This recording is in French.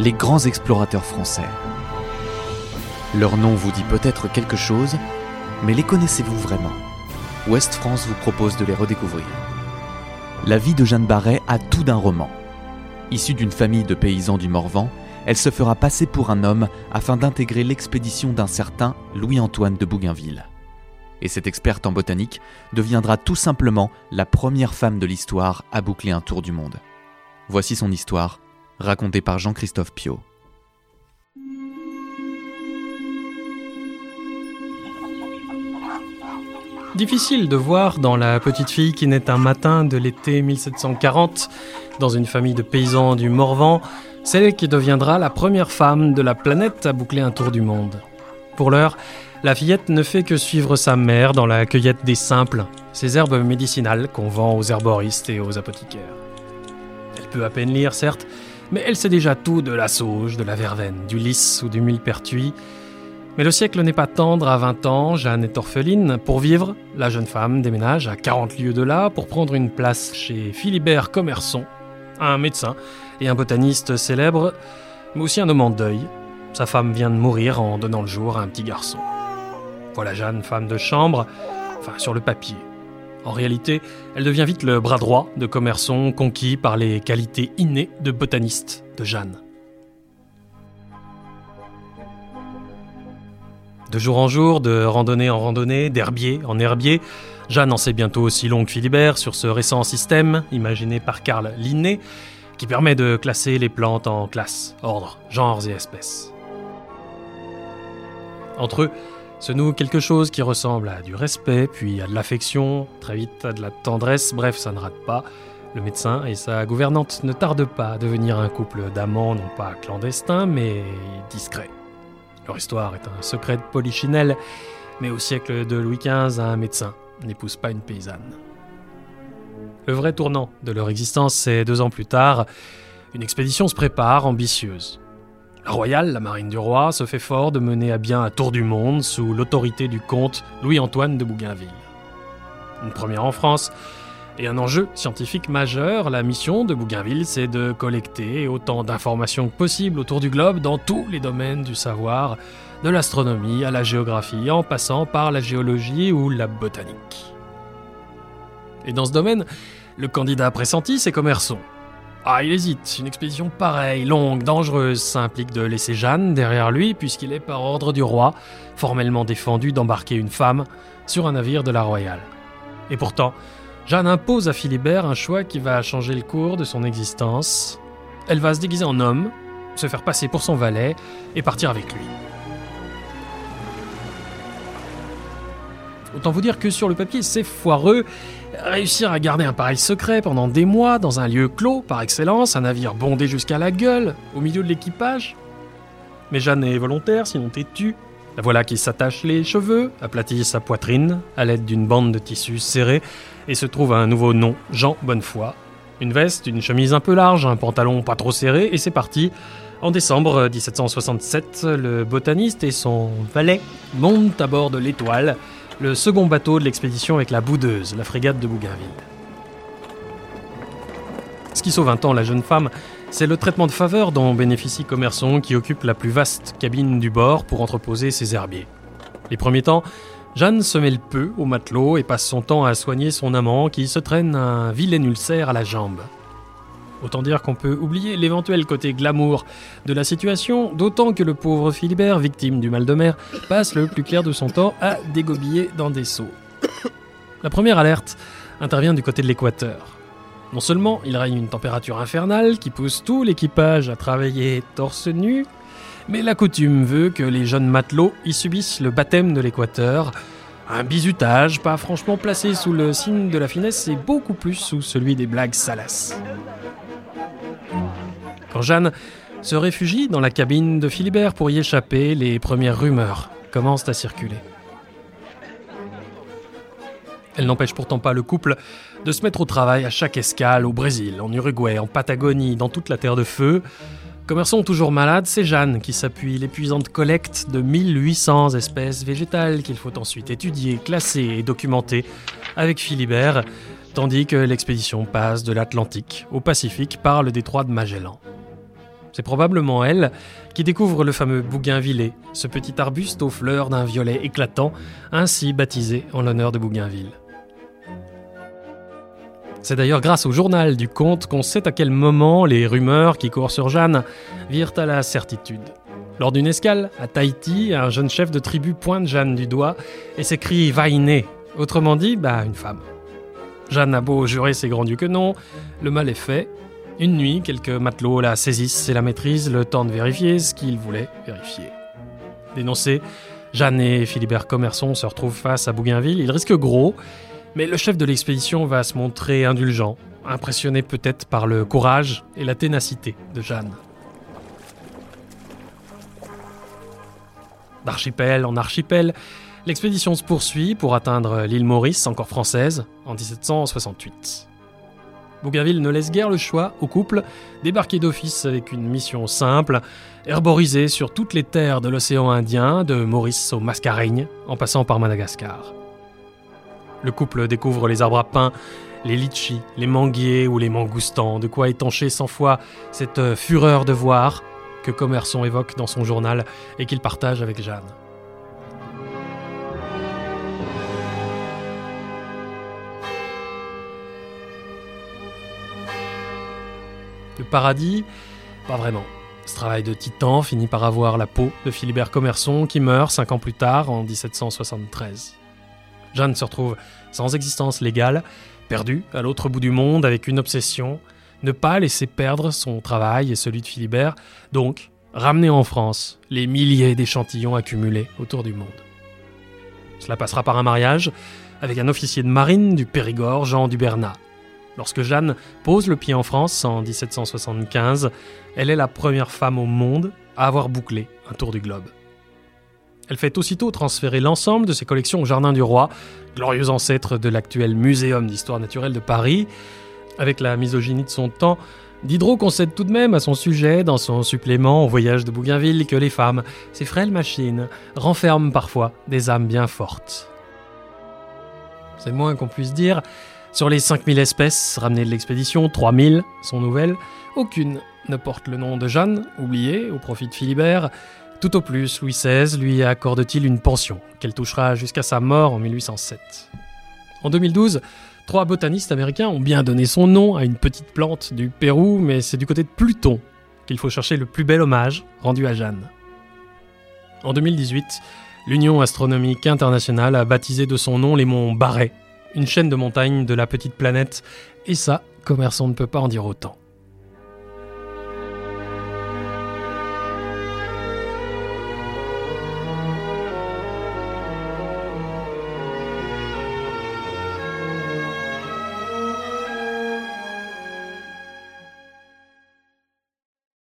les grands explorateurs français. Leur nom vous dit peut-être quelque chose, mais les connaissez-vous vraiment ? Ouest France vous propose de les redécouvrir. La vie de Jeanne Barret a tout d'un roman. Issue d'une famille de paysans du Morvan, elle se fera passer pour un homme afin d'intégrer l'expédition d'un certain Louis-Antoine de Bougainville. Et cette experte en botanique deviendra tout simplement la première femme de l'histoire à boucler un tour du monde. Voici son histoire, racontée par Jean-Christophe Piot. Difficile de voir dans la petite fille qui naît un matin de l'été 1740, dans une famille de paysans du Morvan, celle qui deviendra la première femme de la planète à boucler un tour du monde. Pour l'heure, la fillette ne fait que suivre sa mère dans la cueillette des simples, ces herbes médicinales qu'on vend aux herboristes et aux apothicaires. Elle peut à peine lire, certes, mais elle sait déjà tout de la sauge, de la verveine, du lys ou du millepertuis. Mais le siècle n'est pas tendre à 20 ans, Jeanne est orpheline. Pour vivre, la jeune femme déménage à 40 lieues de là pour prendre une place chez Philibert Commerson, un médecin et un botaniste célèbre, mais aussi un homme en deuil. Sa femme vient de mourir en donnant le jour à un petit garçon. Voilà Jeanne, femme de chambre, enfin sur le papier. En réalité, elle devient vite le bras droit de Commerson, conquis par les qualités innées de botaniste de Jeanne. De jour en jour, de randonnée en randonnée, d'herbier en herbier, Jeanne en sait bientôt aussi long que Philibert sur ce récent système, imaginé par Carl Linné, qui permet de classer les plantes en classes, ordres, genres et espèces. Entre eux se noue quelque chose qui ressemble à du respect, puis à de l'affection, très vite à de la tendresse, bref, ça ne rate pas. Le médecin et sa gouvernante ne tardent pas à devenir un couple d'amants, non pas clandestins, mais discrets. Leur histoire est un secret de polichinelle, mais au siècle de Louis XV, un médecin n'épouse pas une paysanne. Le vrai tournant de leur existence, c'est 2 ans plus tard. Une expédition se prépare, ambitieuse. La Royale, la marine du roi, se fait fort de mener à bien un tour du monde sous l'autorité du comte Louis-Antoine de Bougainville. Une première en France et un enjeu scientifique majeur. La mission de Bougainville, c'est de collecter autant d'informations que possible autour du globe dans tous les domaines du savoir, de l'astronomie à la géographie, en passant par la géologie ou la botanique. Et dans ce domaine, le candidat pressenti, c'est Commerson. Il hésite. Une expédition pareille, longue, dangereuse, ça implique de laisser Jeanne derrière lui, puisqu'il est par ordre du roi, formellement défendu d'embarquer une femme sur un navire de la Royale. Et pourtant, Jeanne impose à Philibert un choix qui va changer le cours de son existence. Elle va se déguiser en homme, se faire passer pour son valet et partir avec lui. Autant vous dire que sur le papier, c'est foireux. Réussir à garder un pareil secret pendant des mois dans un lieu clos, par excellence, un navire bondé jusqu'à la gueule, au milieu de l'équipage. Mais Jeanne est volontaire, sinon têtue. La voilà qui s'attache les cheveux, aplatit sa poitrine à l'aide d'une bande de tissu serré et se trouve un nouveau nom, Jean Bonnefoy. Une veste, une chemise un peu large, un pantalon pas trop serré et c'est parti. En décembre 1767, le botaniste et son valet montent à bord de l'Étoile, le second bateau de l'expédition avec la Boudeuse, la frégate de Bougainville. Ce qui sauve un temps la jeune femme, c'est le traitement de faveur dont bénéficie Commerson qui occupe la plus vaste cabine du bord pour entreposer ses herbiers. Les premiers temps, Jeanne se mêle peu au matelot et passe son temps à soigner son amant qui se traîne un vilain ulcère à la jambe. Autant dire qu'on peut oublier l'éventuel côté glamour de la situation, d'autant que le pauvre Philibert, victime du mal de mer, passe le plus clair de son temps à dégobiller dans des seaux. La première alerte intervient du côté de l'équateur. Non seulement il règne une température infernale qui pousse tout l'équipage à travailler torse nu, mais la coutume veut que les jeunes matelots y subissent le baptême de l'équateur, un bizutage pas franchement placé sous le signe de la finesse et beaucoup plus sous celui des blagues salaces. Quand Jeanne se réfugie dans la cabine de Philibert pour y échapper, les premières rumeurs commencent à circuler. Elle n'empêche pourtant pas le couple de se mettre au travail à chaque escale au Brésil, en Uruguay, en Patagonie, dans toute la terre de feu. Commerson toujours malade, c'est Jeanne qui s'appuie l'épuisante collecte de 1800 espèces végétales qu'il faut ensuite étudier, classer et documenter avec Philibert, tandis que l'expédition passe de l'Atlantique au Pacifique par le détroit de Magellan. C'est probablement elle qui découvre le fameux bougainvillet, ce petit arbuste aux fleurs d'un violet éclatant, ainsi baptisé en l'honneur de Bougainville. C'est d'ailleurs grâce au journal du comte qu'on sait à quel moment les rumeurs qui courent sur Jeanne virent à la certitude. Lors d'une escale à Tahiti, un jeune chef de tribu pointe Jeanne du doigt et s'écrie « Vainé », autrement dit, une femme. Jeanne a beau jurer ses grands dieux que non, le mal est fait. Une nuit, quelques matelots la saisissent et la maîtrisent, le temps de vérifier ce qu'ils voulaient vérifier. Dénoncés, Jeanne et Philibert Commerson se retrouvent face à Bougainville. Ils risquent gros, mais le chef de l'expédition va se montrer indulgent, impressionné peut-être par le courage et la ténacité de Jeanne. D'archipel en archipel, l'expédition se poursuit pour atteindre l'île Maurice, encore française, en 1768. Bougainville ne laisse guère le choix au couple, débarquer d'office avec une mission simple, herboriser sur toutes les terres de l'océan Indien, de Maurice au Mascareigne, en passant par Madagascar. Le couple découvre les arbres à pin, les litchis, les manguiers ou les mangoustans, de quoi étancher 100 fois cette fureur de voir que Commerson évoque dans son journal et qu'il partage avec Jeanne. Le paradis, pas vraiment. Ce travail de titan finit par avoir la peau de Philibert Commerson qui meurt 5 ans plus tard, en 1773. Jeanne se retrouve sans existence légale, perdue à l'autre bout du monde avec une obsession, ne pas laisser perdre son travail et celui de Philibert, donc ramener en France les milliers d'échantillons accumulés autour du monde. Cela passera par un mariage avec un officier de marine du Périgord, Jean Dubernat. Lorsque Jeanne pose le pied en France en 1775, elle est la première femme au monde à avoir bouclé un tour du globe. Elle fait aussitôt transférer l'ensemble de ses collections au Jardin du Roi, glorieux ancêtre de l'actuel Muséum d'histoire naturelle de Paris. Avec la misogynie de son temps, Diderot concède tout de même à son sujet, dans son supplément au voyage de Bougainville, que les femmes, ces frêles machines, renferment parfois des âmes bien fortes. C'est le moins qu'on puisse dire. Sur les 5000 espèces ramenées de l'expédition, 3000 sont nouvelles. Aucune ne porte le nom de Jeanne, oubliée au profit de Philibert. Tout au plus, Louis XVI lui accorde-t-il une pension, qu'elle touchera jusqu'à sa mort en 1807. En 2012, 3 botanistes américains ont bien donné son nom à une petite plante du Pérou, mais c'est du côté de Pluton qu'il faut chercher le plus bel hommage rendu à Jeanne. En 2018, l'Union astronomique internationale a baptisé de son nom les monts Barret, une chaîne de montagnes de la petite planète, et ça, Commerson ne peut pas en dire autant.